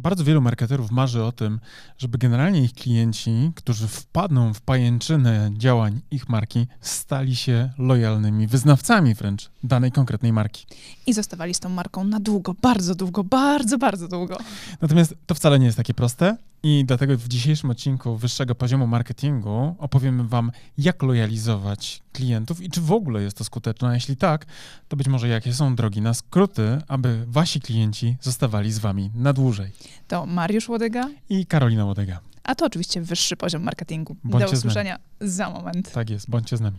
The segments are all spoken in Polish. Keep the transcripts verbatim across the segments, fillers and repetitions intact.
Bardzo wielu marketerów marzy o tym, żeby generalnie ich klienci, którzy wpadną w pajęczynę działań ich marki, stali się lojalnymi wyznawcami wręcz danej konkretnej marki. I zostawali z tą marką na długo, bardzo długo, bardzo, bardzo długo. Natomiast to wcale nie jest takie proste i dlatego w dzisiejszym odcinku wyższego poziomu marketingu opowiemy wam, jak lojalizować klientów i czy w ogóle jest to skuteczne, a jeśli tak, to być może jakie są drogi na skróty, aby wasi klienci zostawali z wami na dłużej. To Mariusz Łodyga I Karolina Łodyga. A to oczywiście wyższy poziom marketingu. Bądźcie Do usłyszenia za moment. Tak jest, bądźcie z nami.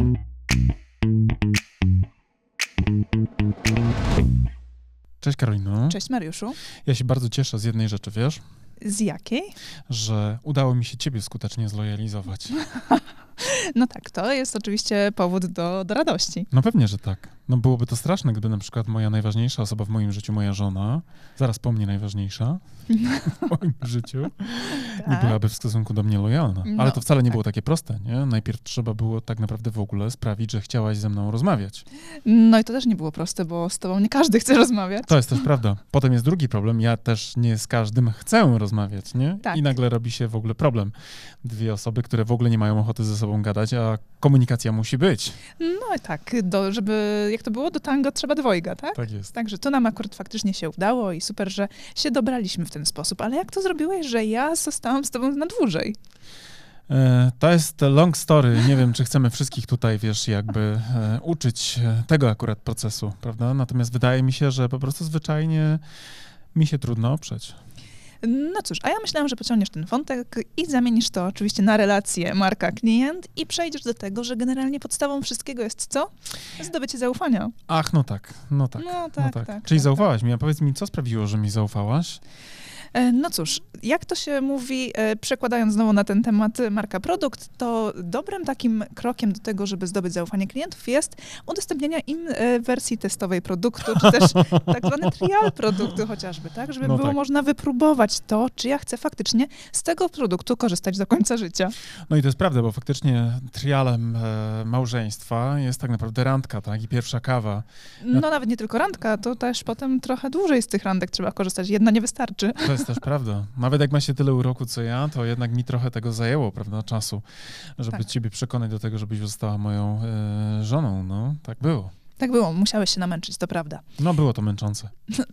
Cześć Karolino. Cześć Mariuszu. Ja się bardzo cieszę z jednej rzeczy, wiesz? Z jakiej? Że udało mi się ciebie skutecznie zlojalizować. No tak, to jest oczywiście powód do, do radości. No pewnie, że tak. No byłoby to straszne, gdyby na przykład moja najważniejsza osoba w moim życiu, moja żona, zaraz po mnie najważniejsza w moim życiu, Tak. nie byłaby w stosunku do mnie lojalna. No, Ale to wcale nie tak. było takie proste, nie? Najpierw trzeba było tak naprawdę w ogóle sprawić, że chciałaś ze mną rozmawiać. No i to też nie było proste, bo z tobą nie każdy chce rozmawiać. To jest też prawda. Potem jest drugi problem. Ja też nie z każdym chcę rozmawiać, nie? Tak. I nagle robi się w ogóle problem. Dwie osoby, które w ogóle nie mają ochoty ze sobą gadać, a komunikacja musi być. No i tak, do, żeby, jak to było, do tango trzeba dwojga, tak? Tak jest. Także to nam akurat faktycznie się udało i super, że się dobraliśmy w ten sposób. Ale jak to zrobiłeś, że ja zostałam z tobą na dłużej? E, To jest long story. Nie wiem, czy chcemy wszystkich tutaj, wiesz, jakby e, uczyć e, tego akurat procesu, prawda? Natomiast wydaje mi się, że po prostu zwyczajnie mi się trudno oprzeć. No cóż, a ja myślałam, że pociągniesz ten wątek i zamienisz to oczywiście na relację marka-klient i przejdziesz do tego, że generalnie podstawą wszystkiego jest co? Zdobycie zaufania. Ach, no tak, no tak. No tak, no tak. tak, Czyli tak, zaufałaś mi, a powiedz mi, co sprawiło, że mi zaufałaś? E, No cóż, jak to się mówi, e, przekładając znowu na ten temat marka-produkt, to dobrym takim krokiem do tego, żeby zdobyć zaufanie klientów jest udostępnienie im e, wersji testowej produktu, czy też tak zwany trial produktu chociażby, tak? Żeby No było tak. można wypróbować to, czy ja chcę faktycznie z tego produktu korzystać do końca życia. No i to jest prawda, bo faktycznie trialem e, małżeństwa jest tak naprawdę randka, tak? I pierwsza kawa. No nawet nie tylko randka, to też potem trochę dłużej z tych randek trzeba korzystać. Jedna nie wystarczy. To jest też prawda. Nawet jak ma się tyle uroku, co ja, to jednak mi trochę tego zajęło, prawda, czasu, żeby Tak. ciebie przekonać do tego, żebyś została moją e, żoną. No, tak było. Tak było, musiałeś się namęczyć, to prawda. No, było to męczące.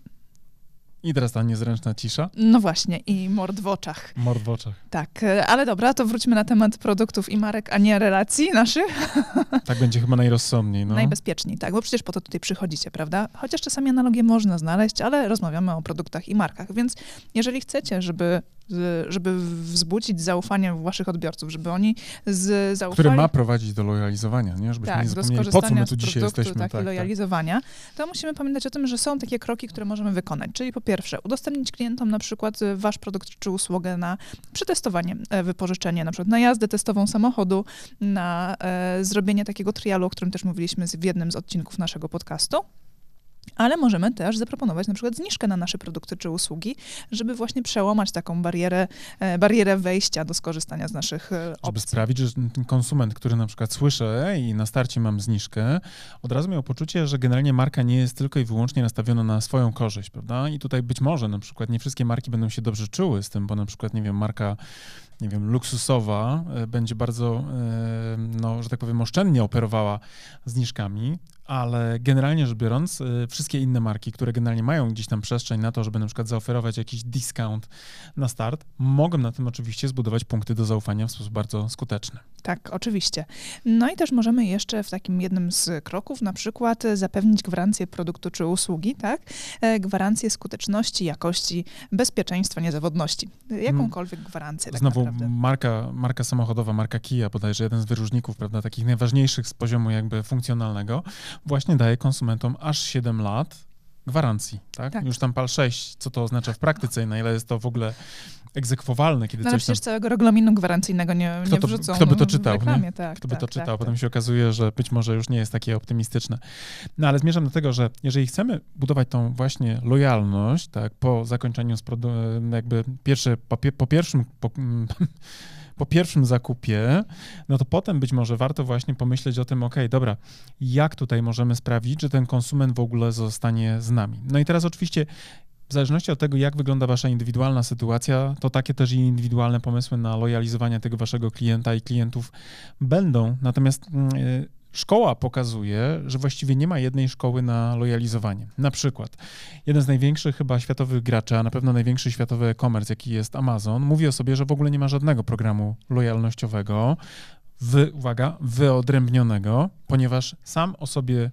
I teraz ta niezręczna cisza, No właśnie, i mord w oczach. mord w oczach. Tak, e, ale dobra, to wróćmy na temat produktów i marek, a nie relacji naszych. Tak będzie chyba najrozsądniej, no. Najbezpieczniej, tak, bo przecież po to tutaj przychodzicie, prawda? Chociaż czasami analogie można znaleźć, ale rozmawiamy o produktach i markach, więc jeżeli chcecie, żeby, z- żeby wzbudzić zaufanie w waszych odbiorców, żeby oni z, zaufali... Który ma prowadzić do lojalizowania, nie? Żebyśmy Tak, nie do zapomnieli, po co my skorzystania tu z dzisiaj produktu, jesteśmy. tak, Tak, i tak. lojalizowania, to musimy pamiętać o tym, że są takie kroki, które możemy wykonać. Czyli po pierwsze, udostępnić klientom na przykład y, wasz produkt czy usługę na przetestowanie, e, wypożyczenie, na przykład na jazdę testową samochodu, na e, zrobienie takiego trialu, o którym też mówiliśmy z- w jednym z odcinków naszego podcastu. Ale możemy też zaproponować na przykład zniżkę na nasze produkty czy usługi, żeby właśnie przełamać taką barierę, e, barierę wejścia do skorzystania z naszych e, Żeby opcji. sprawić, że ten konsument, który na przykład słyszy i na starcie mam zniżkę, od razu miał poczucie, że generalnie marka nie jest tylko i wyłącznie nastawiona na swoją korzyść, prawda? I tutaj być może na przykład nie wszystkie marki będą się dobrze czuły z tym, bo na przykład, nie wiem, marka, nie wiem, luksusowa e, będzie bardzo, e, no, że tak powiem, oszczędnie operowała zniżkami, ale generalnie rzecz biorąc, e, wszystkie inne marki, które generalnie mają gdzieś tam przestrzeń na to, żeby na przykład zaoferować jakiś discount na start, mogą na tym oczywiście zbudować punkty do zaufania w sposób bardzo skuteczny. Tak, oczywiście. No i też możemy jeszcze w takim jednym z kroków na przykład e, zapewnić gwarancję produktu czy usługi, tak? E, Gwarancję skuteczności, jakości, bezpieczeństwa, niezawodności. E, Jakąkolwiek gwarancję tak Znowu naprawdę. marka, marka samochodowa, marka Kia, bodajże jeden z wyróżników, prawda, takich najważniejszych z poziomu jakby funkcjonalnego, właśnie daje konsumentom aż siedem lat gwarancji, tak? Tak. Już tam pal sześć, co to oznacza w praktyce i na ile jest to w ogóle egzekwowalne, kiedy No ale coś tam... przecież całego regulaminu gwarancyjnego nie, Kto nie to- wrzucą kto by to w czytał, nie? reklamie. Tak, Kto by tak, to tak, czytał? tak. Potem się okazuje, że być może już nie jest takie optymistyczne. No ale zmierzam do tego, że jeżeli chcemy budować tą właśnie lojalność, tak, po zakończeniu, z produ- jakby pierwsze, po, pie- po pierwszym, po, po pierwszym zakupie, no to potem być może warto właśnie pomyśleć o tym, okej, dobra, jak tutaj możemy sprawić, że ten konsument w ogóle zostanie z nami. No i teraz oczywiście w zależności od tego, jak wygląda wasza indywidualna sytuacja, to takie też i indywidualne pomysły na lojalizowanie tego waszego klienta i klientów będą. Natomiast yy, szkoła pokazuje, że właściwie nie ma jednej szkoły na lojalizowanie. Na przykład jeden z największych chyba światowych graczy, a na pewno największy światowy e-commerce, jaki jest Amazon, mówi o sobie, że w ogóle nie ma żadnego programu lojalnościowego, wy, uwaga, wyodrębnionego, ponieważ sam o sobie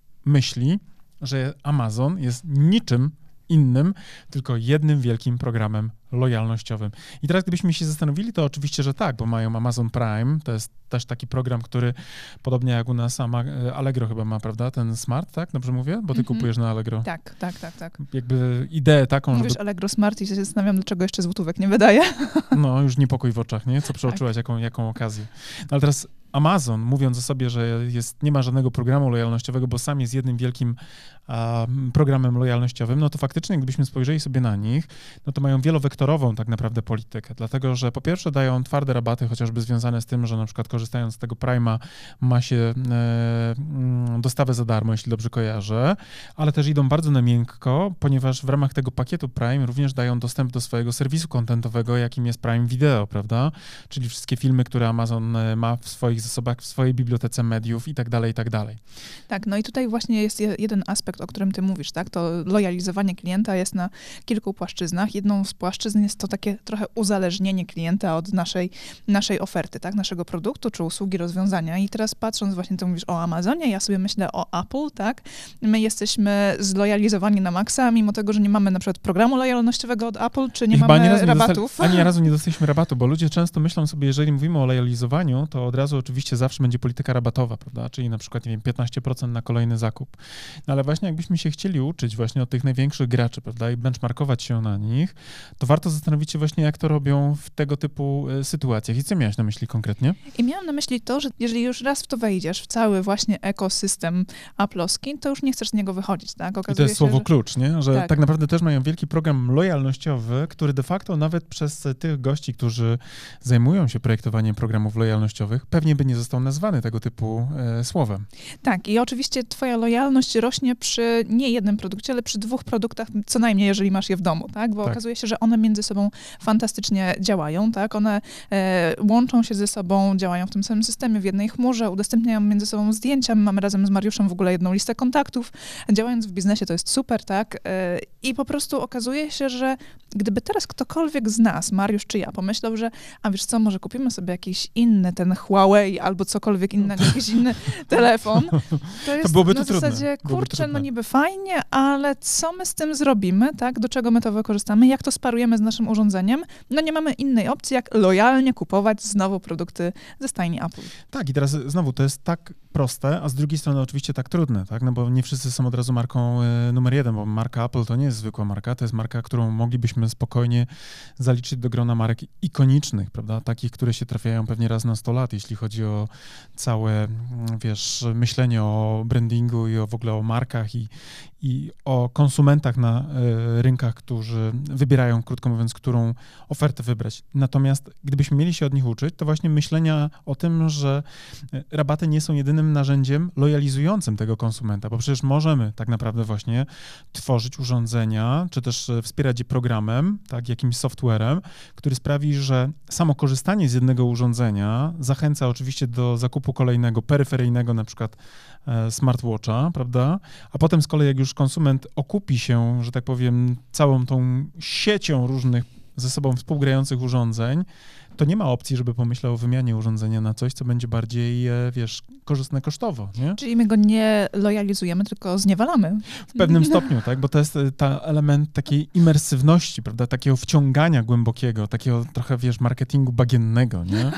myśli, że Amazon jest niczym innym, tylko jednym wielkim programem lojalnościowym. I teraz gdybyśmy się zastanowili, to oczywiście, że tak, bo mają Amazon Prime, to jest też taki program, który podobnie jak u nas Ama, Allegro chyba ma, prawda, ten Smart, tak? Dobrze mówię? Bo ty mm-hmm. kupujesz na Allegro. Tak, tak, tak, tak. Jakby ideę taką, Mówisz żeby... Allegro Smart i się zastanawiam, dlaczego jeszcze złotówek nie wydaje. No, już niepokój w oczach, nie? Co przeoczyłaś, tak. jaką, jaką okazję. No, ale teraz Amazon, mówiąc o sobie, że jest, nie ma żadnego programu lojalnościowego, bo sam jest jednym wielkim a, programem lojalnościowym, no to faktycznie, gdybyśmy spojrzeli sobie na nich, no to mają wielowektorową tak naprawdę politykę, dlatego, że po pierwsze dają twarde rabaty, chociażby związane z tym, że na przykład korzystając z tego Prime'a ma się e, dostawę za darmo, jeśli dobrze kojarzę, ale też idą bardzo na miękko, ponieważ w ramach tego pakietu Prime również dają dostęp do swojego serwisu kontentowego, jakim jest Prime Video, prawda? Czyli wszystkie filmy, które Amazon ma w swoich zasobach, w swojej bibliotece mediów i tak dalej, i tak dalej. Tak, no i tutaj właśnie jest jeden aspekt, o którym ty mówisz, tak? To lojalizowanie klienta jest na kilku płaszczyznach. Jedną z płaszczyzn jest to takie trochę uzależnienie klienta od naszej, naszej oferty, tak? Naszego produktu czy usługi, rozwiązania. I teraz patrząc właśnie, ty mówisz o Amazonie, ja sobie myślę o Apple, tak? My jesteśmy zlojalizowani na maksa, mimo tego, że nie mamy na przykład programu lojalnościowego od Apple, czy nie I mamy ani razu rabatów. Nie dostali, ani razu nie dostaliśmy rabatu, bo ludzie często myślą sobie, jeżeli mówimy o lojalizowaniu, to od razu oczywiście zawsze będzie polityka rabatowa, prawda? Czyli na przykład, nie wiem, piętnaście procent na kolejny zakup. No ale właśnie jakbyśmy się chcieli uczyć właśnie od tych największych graczy, prawda? I benchmarkować się na nich, to warto zastanowić się właśnie, jak to robią w tego typu y, sytuacjach. I co miałeś na myśli konkretnie? I miałam na myśli to, że jeżeli już raz w to wejdziesz, w cały właśnie ekosystem Apple'owski, to już nie chcesz z niego wychodzić, tak? Okazuje I to jest się, słowo że... klucz, nie? Że tak. tak naprawdę też mają wielki program lojalnościowy, który de facto nawet przez tych gości, którzy zajmują się projektowaniem programów lojalnościowych, pewnie by nie został nazwany tego typu e, słowem. Tak, i oczywiście twoja lojalność rośnie przy nie jednym produkcie, ale przy dwóch produktach, co najmniej, jeżeli masz je w domu, tak? Bo tak. okazuje się, że one między sobą fantastycznie działają, tak? One e, łączą się ze sobą, działają w tym samym systemie, w jednej chmurze, udostępniają między sobą zdjęcia. My mamy razem z Mariuszem w ogóle jedną listę kontaktów. Działając w biznesie to jest super, tak? E, I po prostu okazuje się, że gdyby teraz ktokolwiek z nas, Mariusz czy ja, pomyślał, że a wiesz co, może kupimy sobie jakiś inny, ten Huawei albo cokolwiek innego, jakiś inny telefon, to jest to byłoby to na trudne. zasadzie, kurczę, no niby fajnie, ale co my z tym zrobimy, tak? Do czego my to wykorzystamy? Jak to sparujemy z naszym urządzeniem? No nie mamy innej opcji, jak lojalnie kupować znowu produkty ze stajni Apple. Tak, i teraz znowu to jest tak proste, a z drugiej strony oczywiście tak trudne, tak? No bo nie wszyscy są od razu marką y, numer jeden, bo marka Apple to nie jest zwykła marka, to jest marka, którą moglibyśmy spokojnie zaliczyć do grona marek ikonicznych, prawda? Takich, które się trafiają pewnie raz na sto lat, jeśli chodzi o całe, wiesz, myślenie o brandingu i o w ogóle o markach i, i o konsumentach na y, rynkach, którzy wybierają, krótko mówiąc, którą ofertę wybrać. Natomiast gdybyśmy mieli się od nich uczyć, to właśnie myślenia o tym, że rabaty nie są jedynym narzędziem lojalizującym tego konsumenta, bo przecież możemy tak naprawdę właśnie tworzyć urządzenia, czy też wspierać je programem, tak, jakimś softwarem, który sprawi, że samo korzystanie z jednego urządzenia zachęca oczywiście do zakupu kolejnego, peryferyjnego, na przykład e, smartwatcha, prawda? A potem z kolei, jak już konsument okupi się, że tak powiem, całą tą siecią różnych ze sobą współgrających urządzeń, to nie ma opcji, żeby pomyślał o wymianie urządzenia na coś, co będzie bardziej, wiesz, korzystne kosztowo, nie? Czyli my go nie lojalizujemy, tylko zniewalamy. W pewnym stopniu, tak, bo to jest ta element takiej imersywności, prawda, takiego wciągania głębokiego, takiego trochę, wiesz, marketingu bagiennego, nie?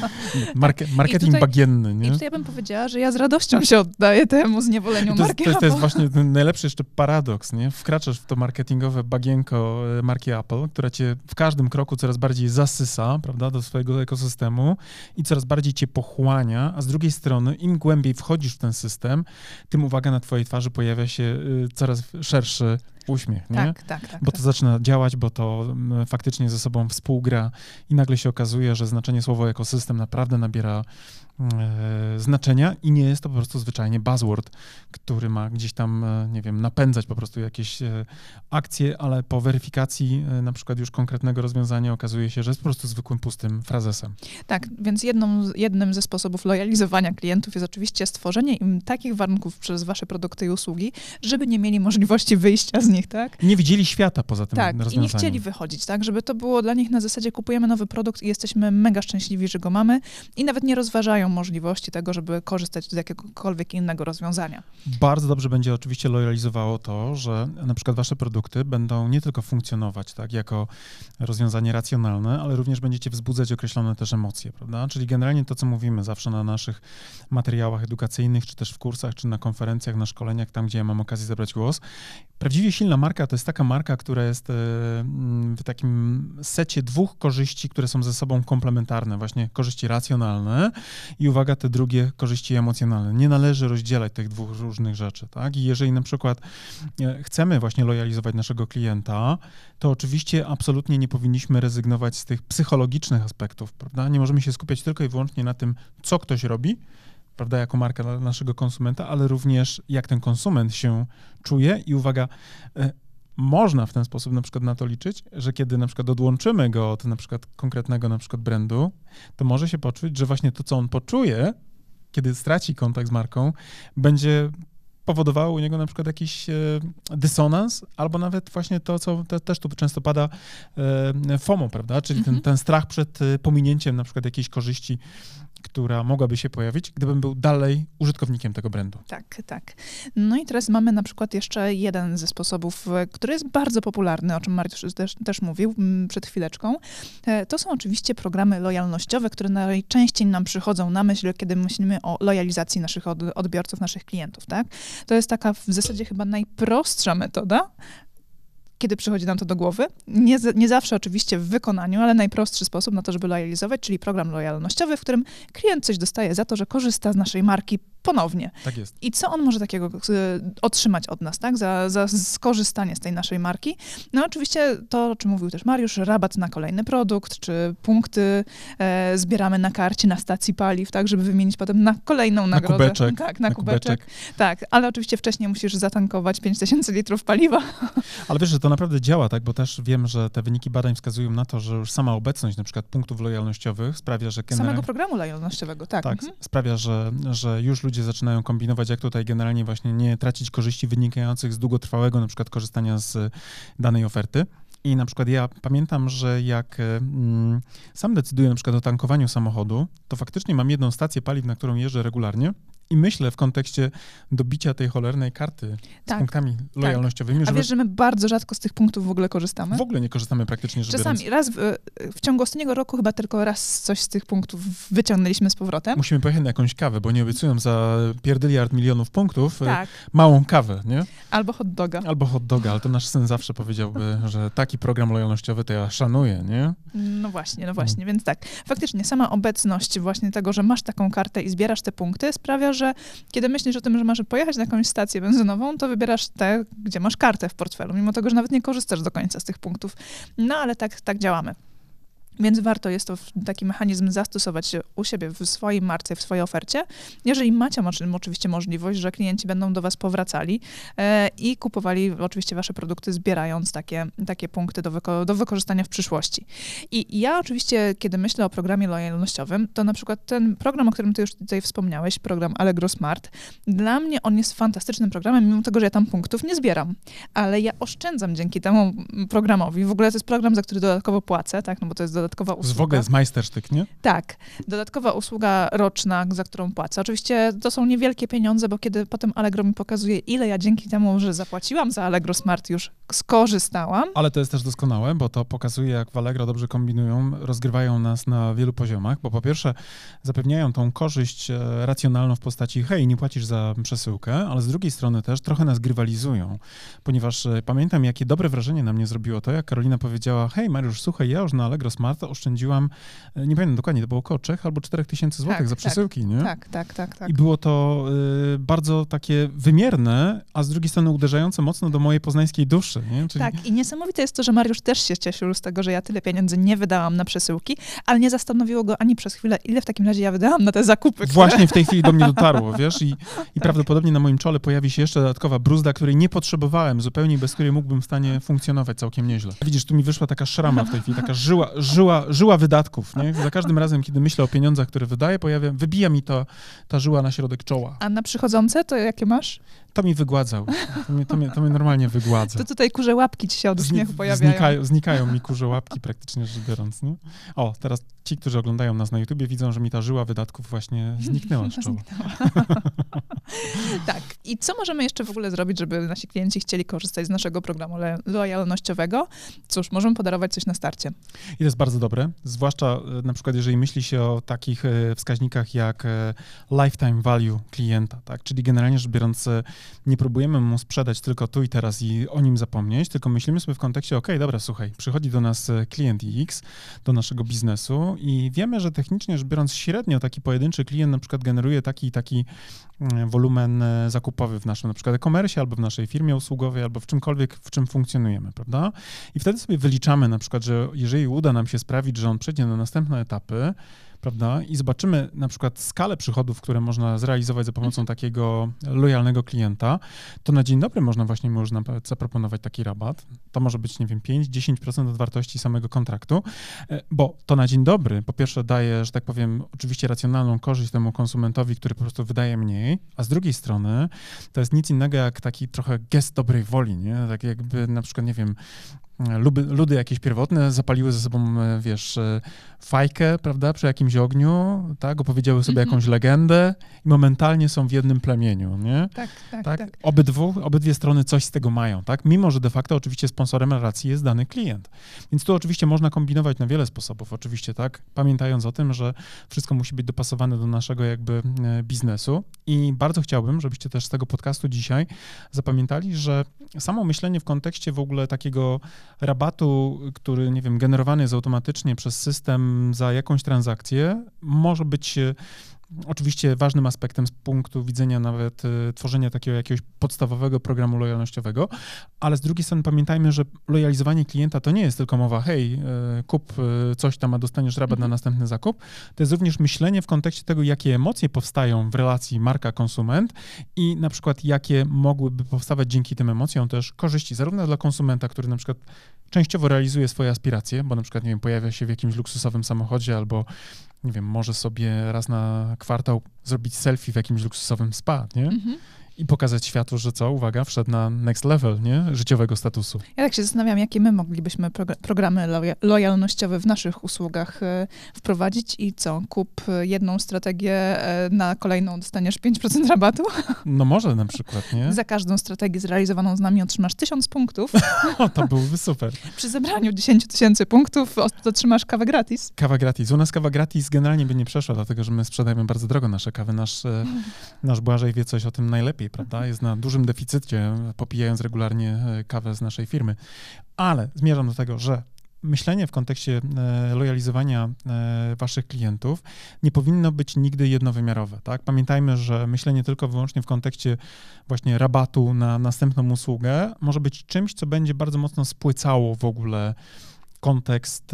Marke, marketing tutaj, bagienny, nie? I tutaj ja bym powiedziała, że ja z radością się oddaję temu zniewoleniu to marki jest, Apple. To jest właśnie ten najlepszy jeszcze paradoks, nie? Wkraczasz w to marketingowe bagienko marki Apple, która cię w każdym kroku coraz bardziej zasysa, prawda, do swojego ekosystemu i coraz bardziej cię pochłania, a z drugiej strony im głębiej wchodzisz w ten system, tym, uwaga, na twojej twarzy pojawia się y, coraz szerszy uśmiech, nie? Tak, tak, tak. Bo tak. to zaczyna działać, bo to m, faktycznie ze sobą współgra i nagle się okazuje, że znaczenie słowa ekosystem naprawdę nabiera e, znaczenia i nie jest to po prostu zwyczajnie buzzword, który ma gdzieś tam, e, nie wiem, napędzać po prostu jakieś e, akcje, ale po weryfikacji e, na przykład już konkretnego rozwiązania okazuje się, że jest po prostu zwykłym, pustym frazesem. Tak, więc jedną, jednym ze sposobów lojalizowania klientów jest oczywiście stworzenie im takich warunków przez wasze produkty i usługi, żeby nie mieli możliwości wyjścia z nich, tak? Nie widzieli świata poza tym Tak, rozwiązaniem. i nie chcieli wychodzić, tak? Żeby to było dla nich na zasadzie kupujemy nowy produkt i jesteśmy mega szczęśliwi, że go mamy i nawet nie rozważają możliwości tego, żeby korzystać z jakiegokolwiek innego rozwiązania. Bardzo dobrze będzie oczywiście lojalizowało to, że na przykład wasze produkty będą nie tylko funkcjonować tak, jako rozwiązanie racjonalne, ale również będziecie wzbudzać określone też emocje, prawda? Czyli generalnie to, co mówimy zawsze na naszych materiałach edukacyjnych, czy też w kursach, czy na konferencjach, na szkoleniach, tam, gdzie ja mam okazję zabrać głos. Prawdziwie silna marka to jest taka marka, która jest w takim secie dwóch korzyści, które są ze sobą komplementarne. Właśnie korzyści racjonalne i uwaga, te drugie korzyści emocjonalne. Nie należy rozdzielać tych dwóch różnych rzeczy, tak? I jeżeli na przykład chcemy właśnie lojalizować naszego klienta, to oczywiście absolutnie nie powinniśmy rezygnować z tych psychologicznych aspektów, prawda? Nie możemy się skupiać tylko i wyłącznie na tym, co ktoś robi, prawda, jako marka dla naszego konsumenta, ale również jak ten konsument się czuje i uwaga, można w ten sposób na przykład na to liczyć, że kiedy na przykład odłączymy go od na przykład konkretnego na przykład brandu, to może się poczuć, że właśnie to, co on poczuje, kiedy straci kontakt z marką, będzie powodowało u niego na przykład jakiś e, dysonans, albo nawet właśnie to, co te, też tu często pada, e, FOMO, prawda, czyli ten, ten strach przed e, pominięciem na przykład jakiejś korzyści, która mogłaby się pojawić, gdybym był dalej użytkownikiem tego brandu. Tak, tak. No i teraz mamy na przykład jeszcze jeden ze sposobów, który jest bardzo popularny, o czym Mariusz też, też mówił przed chwileczką. To są oczywiście programy lojalnościowe, które najczęściej nam przychodzą na myśl, kiedy myślimy o lojalizacji naszych odbiorców, naszych klientów, tak? To jest taka w zasadzie chyba najprostsza metoda, kiedy przychodzi nam to do głowy. Nie, nie zawsze oczywiście w wykonaniu, ale najprostszy sposób na to, żeby lojalizować, czyli program lojalnościowy, w którym klient coś dostaje za to, że korzysta z naszej marki ponownie. Tak jest. I co on może takiego otrzymać od nas, tak? Za, za skorzystanie z tej naszej marki. No oczywiście to, o czym mówił też Mariusz, rabat na kolejny produkt, czy punkty e, zbieramy na karcie, na stacji paliw, tak? Żeby wymienić potem na kolejną na nagrodę. Kubeczek, tak, na, na kubeczek. kubeczek. Tak, ale oczywiście wcześniej musisz zatankować pięć tysięcy litrów paliwa. Ale wiesz, że to naprawdę działa, tak? Bo też wiem, że te wyniki badań wskazują na to, że już sama obecność na przykład punktów lojalnościowych sprawia, że generalnie... Samego programu lojalnościowego, tak. Tak, mhm. sprawia, że, że już ludzie zaczynają kombinować, jak tutaj generalnie właśnie nie tracić korzyści wynikających z długotrwałego na przykład korzystania z danej oferty. I na przykład ja pamiętam, że jak mm, sam decyduję na przykład o tankowaniu samochodu, to faktycznie mam jedną stację paliw, na którą jeżdżę regularnie. I myślę w kontekście dobicia tej cholernej karty tak, z punktami lojalnościowymi. Tak. A żeby... wiesz, że my bardzo rzadko z tych punktów w ogóle korzystamy? W ogóle nie korzystamy praktycznie rzecz Czasami, biorąc. raz w, w ciągu ostatniego roku chyba tylko raz coś z tych punktów wyciągnęliśmy z powrotem. Musimy pojechać na jakąś kawę, bo nie obiecują za pierdyliard milionów punktów tak. małą kawę, nie? Albo hot doga. Albo hot doga, ale to nasz syn zawsze powiedziałby, że taki program lojalnościowy to ja szanuję, nie? No właśnie, no właśnie, więc tak. Faktycznie sama obecność właśnie tego, że masz taką kartę i zbierasz te punkty, sprawia, że kiedy myślisz o tym, że masz pojechać na jakąś stację benzynową, to wybierasz te, gdzie masz kartę w portfelu, mimo tego, że nawet nie korzystasz do końca z tych punktów. No ale tak, tak działamy. Więc warto jest to taki mechanizm zastosować u siebie w swojej marce, w swojej ofercie. Jeżeli macie oczywiście możliwość, że klienci będą do was powracali e, i kupowali oczywiście wasze produkty, zbierając takie, takie punkty do, wyko- do wykorzystania w przyszłości. I ja oczywiście, kiedy myślę o programie lojalnościowym, to na przykład ten program, o którym ty już tutaj wspomniałeś, program Allegro Smart, dla mnie on jest fantastycznym programem, mimo tego, że ja tam punktów nie zbieram. Ale ja oszczędzam dzięki temu programowi. W ogóle to jest program, za który dodatkowo płacę, tak, no bo to jest dodatkowa usługa. W ogóle jest majstersztyk, nie? Tak. Dodatkowa usługa roczna, za którą płacę. Oczywiście to są niewielkie pieniądze, bo kiedy potem Allegro mi pokazuje, ile ja dzięki temu, że zapłaciłam za Allegro Smart, już skorzystałam. Ale to jest też doskonałe, bo to pokazuje, jak w Allegro dobrze kombinują, rozgrywają nas na wielu poziomach, bo po pierwsze zapewniają tą korzyść racjonalną w postaci hej, nie płacisz za przesyłkę, ale z drugiej strony też trochę nas grywalizują, ponieważ pamiętam, jakie dobre wrażenie na mnie zrobiło to, jak Karolina powiedziała, hej Mariusz, słuchaj, ja już na Allegro Smart lat oszczędziłam, nie pamiętam dokładnie, to było około trzech albo czterech tysięcy złotych Tak, za przesyłki, tak, nie? Tak, tak, tak, tak. I było to y, bardzo takie wymierne, a z drugiej strony uderzające mocno do mojej poznańskiej duszy, nie? Czyli... Tak, i niesamowite jest to, że Mariusz też się cieszył z tego, że ja tyle pieniędzy nie wydałam na przesyłki, ale nie zastanowiło go ani przez chwilę, ile w takim razie ja wydałam na te zakupy. Właśnie które... w tej chwili do mnie dotarło, wiesz, i, i Tak. prawdopodobnie na moim czole pojawi się jeszcze dodatkowa bruzda, której nie potrzebowałem zupełnie, bez której mógłbym w stanie funkcjonować całkiem nieźle. Widzisz, tu mi wyszła taka szrama w tej chwili, taka żyła, żyła, żyła wydatków, nie? Za każdym razem, kiedy myślę o pieniądzach, które wydaję, pojawia, wybija mi to, ta żyła na środek czoła. A na przychodzące to jakie masz? To mi wygładzał. To mnie, to mnie, to mnie normalnie wygładza. To tutaj kurze łapki ci się od Zni- śmiechu pojawiają. Znikają, znikają mi kurze łapki praktycznie rzecz biorąc. Nie? O, teraz ci, którzy oglądają nas na YouTubie, widzą, że mi ta żyła wydatków właśnie zniknęła z czoła. Tak. I co możemy jeszcze w ogóle zrobić, żeby nasi klienci chcieli korzystać z naszego programu lo- lojalnościowego? Cóż, możemy podarować coś na starcie. I to jest bardzo dobre, zwłaszcza e, na przykład jeżeli myśli się o takich e, wskaźnikach jak e, lifetime value klienta, tak? Czyli generalnie rzecz biorąc e, nie próbujemy mu sprzedać tylko tu i teraz i o nim zapomnieć, tylko myślimy sobie w kontekście, okej, dobra, słuchaj, przychodzi do nas e, klient X, do naszego biznesu i wiemy, że technicznie rzecz biorąc średnio taki pojedynczy klient na przykład generuje taki i taki e, wolumen e, zakupowy w naszym na przykład e-commerce albo w naszej firmie usługowej albo w czymkolwiek, w czym funkcjonujemy, prawda? I wtedy sobie wyliczamy na przykład, że jeżeli uda nam się sprawić, że on przejdzie na następne etapy, prawda, i zobaczymy na przykład skalę przychodów, które można zrealizować za pomocą takiego lojalnego klienta, to na dzień dobry można właśnie mu już nawet zaproponować taki rabat. To może być, nie wiem, pięć do dziesięciu procent od wartości samego kontraktu, bo to na dzień dobry po pierwsze daje, że tak powiem, oczywiście racjonalną korzyść temu konsumentowi, który po prostu wydaje mniej, a z drugiej strony to jest nic innego jak taki trochę gest dobrej woli, nie? Tak jakby na przykład, nie wiem, Ludy, ludy jakieś pierwotne zapaliły ze sobą, wiesz, fajkę, prawda, przy jakimś ogniu, tak, opowiedziały sobie mm-hmm. jakąś legendę i momentalnie są w jednym plemieniu, nie? Tak, tak, tak. tak. Obydwu, obydwie strony coś z tego mają, tak? Mimo że de facto oczywiście sponsorem relacji jest dany klient. Więc tu oczywiście można kombinować na wiele sposobów, oczywiście, tak? Pamiętając o tym, że wszystko musi być dopasowane do naszego jakby biznesu i bardzo chciałbym, żebyście też z tego podcastu dzisiaj zapamiętali, że samo myślenie w kontekście w ogóle takiego rabatu, który, nie wiem, generowany jest automatycznie przez system za jakąś transakcję, może być oczywiście ważnym aspektem z punktu widzenia nawet y, tworzenia takiego jakiegoś podstawowego programu lojalnościowego, ale z drugiej strony pamiętajmy, że lojalizowanie klienta to nie jest tylko mowa, hej, y, kup y, coś tam, a dostaniesz rabat mm-hmm. na następny zakup. To jest również myślenie w kontekście tego, jakie emocje powstają w relacji marka-konsument i na przykład jakie mogłyby powstawać dzięki tym emocjom też korzyści, zarówno dla konsumenta, który na przykład częściowo realizuje swoje aspiracje, bo na przykład, nie wiem, pojawia się w jakimś luksusowym samochodzie albo nie wiem, może sobie raz na kwartał zrobić selfie w jakimś luksusowym spa, nie? Mm-hmm. I pokazać światu, że co, uwaga, wszedł na next level, nie? Życiowego statusu. Ja tak się zastanawiam, jakie my moglibyśmy progr- programy loja- lojalnościowe w naszych usługach e, wprowadzić i co, kup jedną strategię, e, na kolejną dostaniesz pięć procent rabatu? No może na przykład, nie? Za każdą strategię zrealizowaną z nami otrzymasz tysiąc punktów. O, to byłby super. Przy zebraniu dziesięć tysięcy punktów otrzymasz kawę gratis. Kawa gratis. U nas kawa gratis generalnie by nie przeszła, dlatego że my sprzedajemy bardzo drogo nasze kawy. Nasz, nasz Błażej wie coś o tym najlepiej, prawda? Jest na dużym deficycie, popijając regularnie kawę z naszej firmy. Ale zmierzam do tego, że myślenie w kontekście e, lojalizowania e, waszych klientów nie powinno być nigdy jednowymiarowe, tak? Pamiętajmy, że myślenie tylko wyłącznie w kontekście właśnie rabatu na następną usługę może być czymś, co będzie bardzo mocno spłycało w ogóle kontekst y,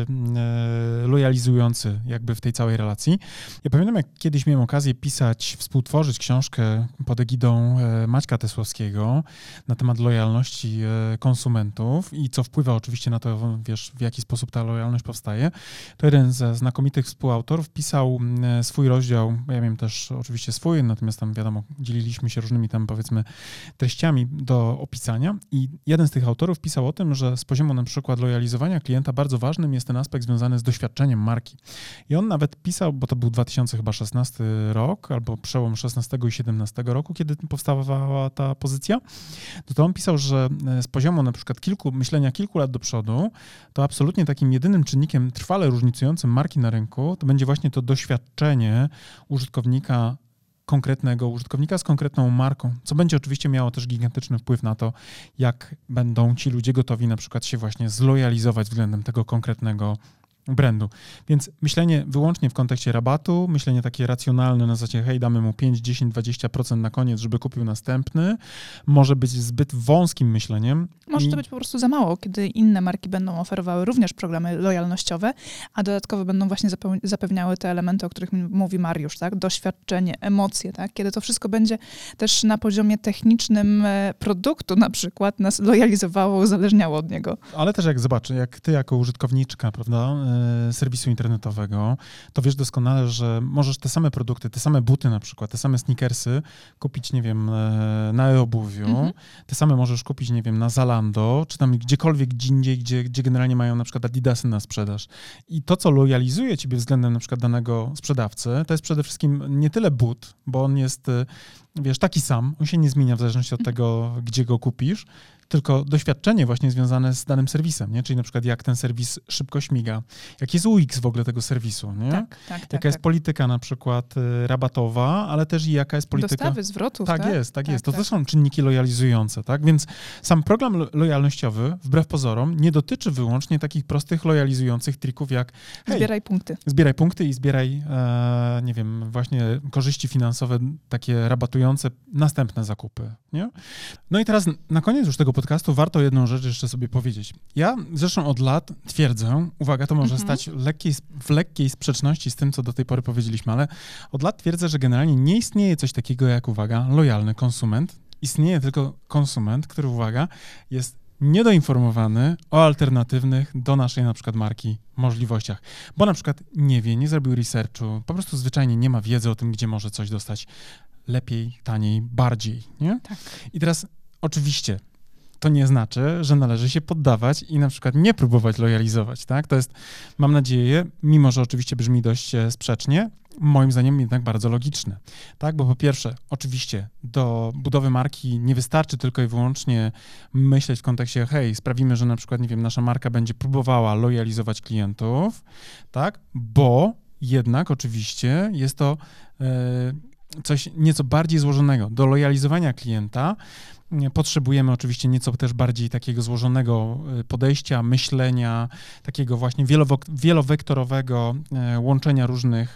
y, lojalizujący jakby w tej całej relacji. Ja pamiętam, jak kiedyś miałem okazję pisać, współtworzyć książkę pod egidą y, Maćka Tesłowskiego na temat lojalności y, konsumentów i co wpływa oczywiście na to, wiesz, w jaki sposób ta lojalność powstaje. To jeden ze znakomitych współautorów pisał y, swój rozdział, ja miałem też oczywiście swój, natomiast tam wiadomo, dzieliliśmy się różnymi tam powiedzmy treściami do opisania i jeden z tych autorów pisał o tym, że z poziomu na przykład lojalizowania klienta bardzo ważnym jest ten aspekt związany z doświadczeniem marki. I on nawet pisał, bo to był dwa tysiące szesnasty rok, albo przełom szesnastego i siedemnastego roku, kiedy powstawała ta pozycja, no to on pisał, że z poziomu na przykład kilku, myślenia kilku lat do przodu, to absolutnie takim jedynym czynnikiem trwale różnicującym marki na rynku, to będzie właśnie to doświadczenie użytkownika konkretnego użytkownika z konkretną marką, co będzie oczywiście miało też gigantyczny wpływ na to, jak będą ci ludzie gotowi na przykład się właśnie zlojalizować względem tego konkretnego brandu. Więc myślenie wyłącznie w kontekście rabatu, myślenie takie racjonalne na zasadzie hej, damy mu pięć, dziesięć, dwadzieścia procent na koniec, żeby kupił następny, może być zbyt wąskim myśleniem. Może I... to być po prostu za mało, kiedy inne marki będą oferowały również programy lojalnościowe, a dodatkowo będą właśnie zapewniały te elementy, o których mówi Mariusz, tak? Doświadczenie, emocje, tak? Kiedy to wszystko będzie też na poziomie technicznym produktu na przykład nas lojalizowało, uzależniało od niego. Ale też jak zobacz, jak ty jako użytkowniczka, prawda, serwisu internetowego, to wiesz doskonale, że możesz te same produkty, te same buty na przykład, te same sneakersy kupić, nie wiem, na e-obuwiu, mhm. te same możesz kupić, nie wiem, na Zalando, czy tam gdziekolwiek gdzie indziej, gdzie, gdzie generalnie mają na przykład Adidasy na sprzedaż. I to, co lojalizuje ciebie względem na przykład danego sprzedawcy, to jest przede wszystkim nie tyle but, bo on jest, wiesz, taki sam, on się nie zmienia w zależności od tego, gdzie go kupisz, tylko doświadczenie właśnie związane z danym serwisem, nie? Czyli na przykład jak ten serwis szybko śmiga, jaki jest U X w ogóle tego serwisu, nie? Tak, tak, jaka tak, jest tak. polityka na przykład y, rabatowa, ale też i jaka jest polityka... Dostawy, zwrotów, tak? Tak, jest, tak, tak jest. To tak. też są czynniki lojalizujące, tak? Więc sam program lo- lojalnościowy, wbrew pozorom, nie dotyczy wyłącznie takich prostych lojalizujących trików jak hej, zbieraj punkty. Zbieraj punkty i zbieraj, e, nie wiem, właśnie korzyści finansowe, takie rabatujące następne zakupy, nie? No i teraz na koniec już tego podcastu warto jedną rzecz jeszcze sobie powiedzieć. Ja zresztą od lat twierdzę, uwaga, to może Mhm. stać lekkiej, w lekkiej sprzeczności z tym, co do tej pory powiedzieliśmy, ale od lat twierdzę, że generalnie nie istnieje coś takiego jak, uwaga, lojalny konsument. Istnieje tylko konsument, który, uwaga, jest niedoinformowany o alternatywnych do naszej na przykład marki możliwościach. Bo na przykład nie wie, nie zrobił researchu, po prostu zwyczajnie nie ma wiedzy o tym, gdzie może coś dostać lepiej, taniej, bardziej, nie? Tak. I teraz oczywiście to nie znaczy, że należy się poddawać i na przykład nie próbować lojalizować, tak? To jest, mam nadzieję, mimo że oczywiście brzmi dość sprzecznie, moim zdaniem jednak bardzo logiczne, tak? Bo po pierwsze, oczywiście do budowy marki nie wystarczy tylko i wyłącznie myśleć w kontekście, hej, sprawimy, że na przykład, nie wiem, nasza marka będzie próbowała lojalizować klientów, tak? Bo jednak oczywiście jest to yy, coś nieco bardziej złożonego. Do lojalizowania klienta potrzebujemy oczywiście nieco też bardziej takiego złożonego podejścia, myślenia, takiego właśnie wielowek- wielowektorowego łączenia różnych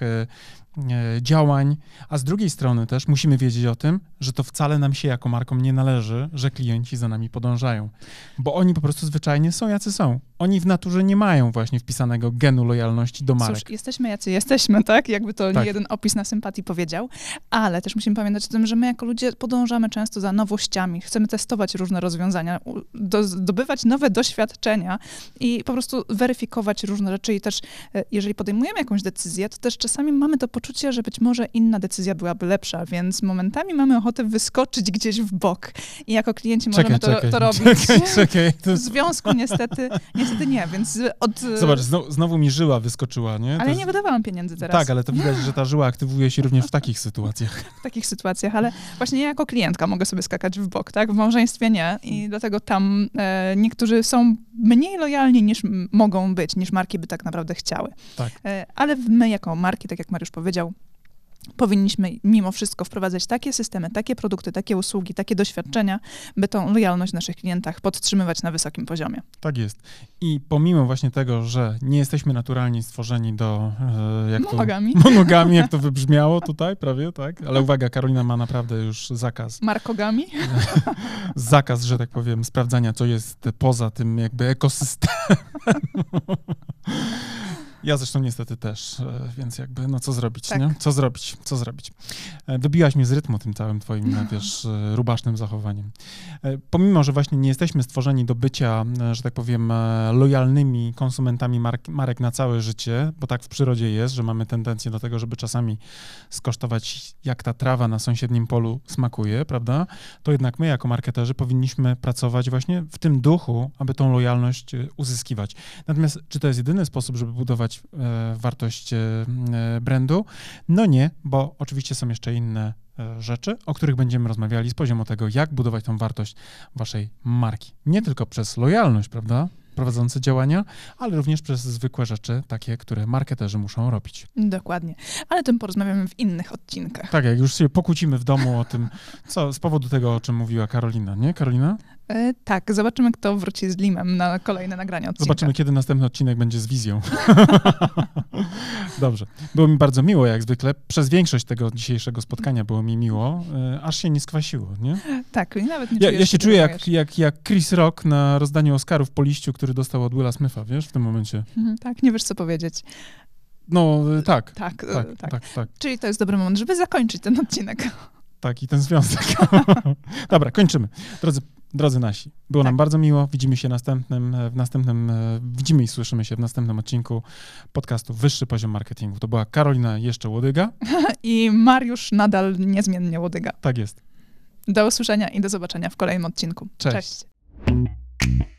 działań, a z drugiej strony też musimy wiedzieć o tym, że to wcale nam się jako markom nie należy, że klienci za nami podążają, bo oni po prostu zwyczajnie są jacy są. Oni w naturze nie mają właśnie wpisanego genu lojalności do marek. Cóż, jesteśmy jacy jesteśmy, tak? Jakby to tak. nie jeden opis na sympatii powiedział, ale też musimy pamiętać o tym, że my jako ludzie podążamy często za nowościami, chcemy testować różne rozwiązania, do, zdobywać nowe doświadczenia i po prostu weryfikować różne rzeczy i też jeżeli podejmujemy jakąś decyzję, to też czasami mamy to poczucie, że być może inna decyzja byłaby lepsza, więc momentami mamy ochotę wyskoczyć gdzieś w bok i jako klienci możemy czekaj, to, czekaj, to robić. Czekaj, czekaj. To W związku niestety, niestety nie, więc od... Zobacz, znowu, znowu mi żyła wyskoczyła, nie? To Ale jest... nie wydawałam pieniędzy teraz. Tak, ale to widać, że ta żyła aktywuje się również w takich sytuacjach. W takich sytuacjach, ale właśnie ja jako klientka mogę sobie skakać w bok, tak? W małżeństwie nie i dlatego tam e, niektórzy są mniej lojalni niż m- mogą być, niż marki by tak naprawdę chciały. Tak. E, ale my jako marki, tak jak Mariusz powiedział, powinniśmy mimo wszystko wprowadzać takie systemy, takie produkty, takie usługi, takie doświadczenia, by tą lojalność w naszych klientach podtrzymywać na wysokim poziomie. Tak jest. I pomimo właśnie tego, że nie jesteśmy naturalnie stworzeni do... E, jak Monogami. To, monogami, jak to wybrzmiało tutaj prawie, tak? Ale uwaga, Karolina ma naprawdę już zakaz. Markogami. Zakaz, że tak powiem, sprawdzania, co jest poza tym jakby ekosystemem. Ja zresztą niestety też, więc jakby, no co zrobić, tak. nie? Co zrobić, co zrobić. Wybiłaś mnie z rytmu tym całym twoim, wiesz, rubasznym zachowaniem. Pomimo, że właśnie nie jesteśmy stworzeni do bycia, że tak powiem, lojalnymi konsumentami mark, marek na całe życie, bo tak w przyrodzie jest, że mamy tendencję do tego, żeby czasami skosztować, jak ta trawa na sąsiednim polu smakuje, prawda? To jednak my jako marketerzy powinniśmy pracować właśnie w tym duchu, aby tą lojalność uzyskiwać. Natomiast czy to jest jedyny sposób, żeby budować e, wartość e, brandu? No nie, bo oczywiście są jeszcze inne e, rzeczy, o których będziemy rozmawiali z poziomu tego, jak budować tą wartość waszej marki. Nie tylko przez lojalność, prawda? prowadzący działania, ale również przez zwykłe rzeczy, takie, które marketerzy muszą robić. Dokładnie. Ale o tym porozmawiamy w innych odcinkach. Tak, jak już się pokłócimy w domu o tym, co z powodu tego, o czym mówiła Karolina, nie, Karolina? E, tak, zobaczymy, kto wróci z Limem na kolejne nagranie odcinka. Zobaczymy, kiedy następny odcinek będzie z wizją. Dobrze. Było mi bardzo miło, jak zwykle. Przez większość tego dzisiejszego spotkania było mi miło, e, aż się nie skwasiło, nie? Tak, i nawet nie Ja, czujesz, ja się czuję jak, dodajesz. jak, jak Chris Rock na rozdaniu Oscarów po liściu, który dostał od Willa Smitha, wiesz, w tym momencie. Mhm, tak, nie wiesz, co powiedzieć. No, e, tak. Tak, Tak, e, tak, tak. tak. Czyli to jest dobry moment, żeby zakończyć ten odcinek. Tak, i ten związek. Dobra, kończymy. Drodzy, drodzy nasi, było nam Tak. bardzo miło. Widzimy się następnym, w następnym, e, widzimy i słyszymy się w następnym odcinku podcastu Wyższy Poziom Marketingu. To była Karolina jeszcze Łodyga. I Mariusz nadal niezmiennie Łodyga. Tak jest. Do usłyszenia i do zobaczenia w kolejnym odcinku. Cześć. Cześć.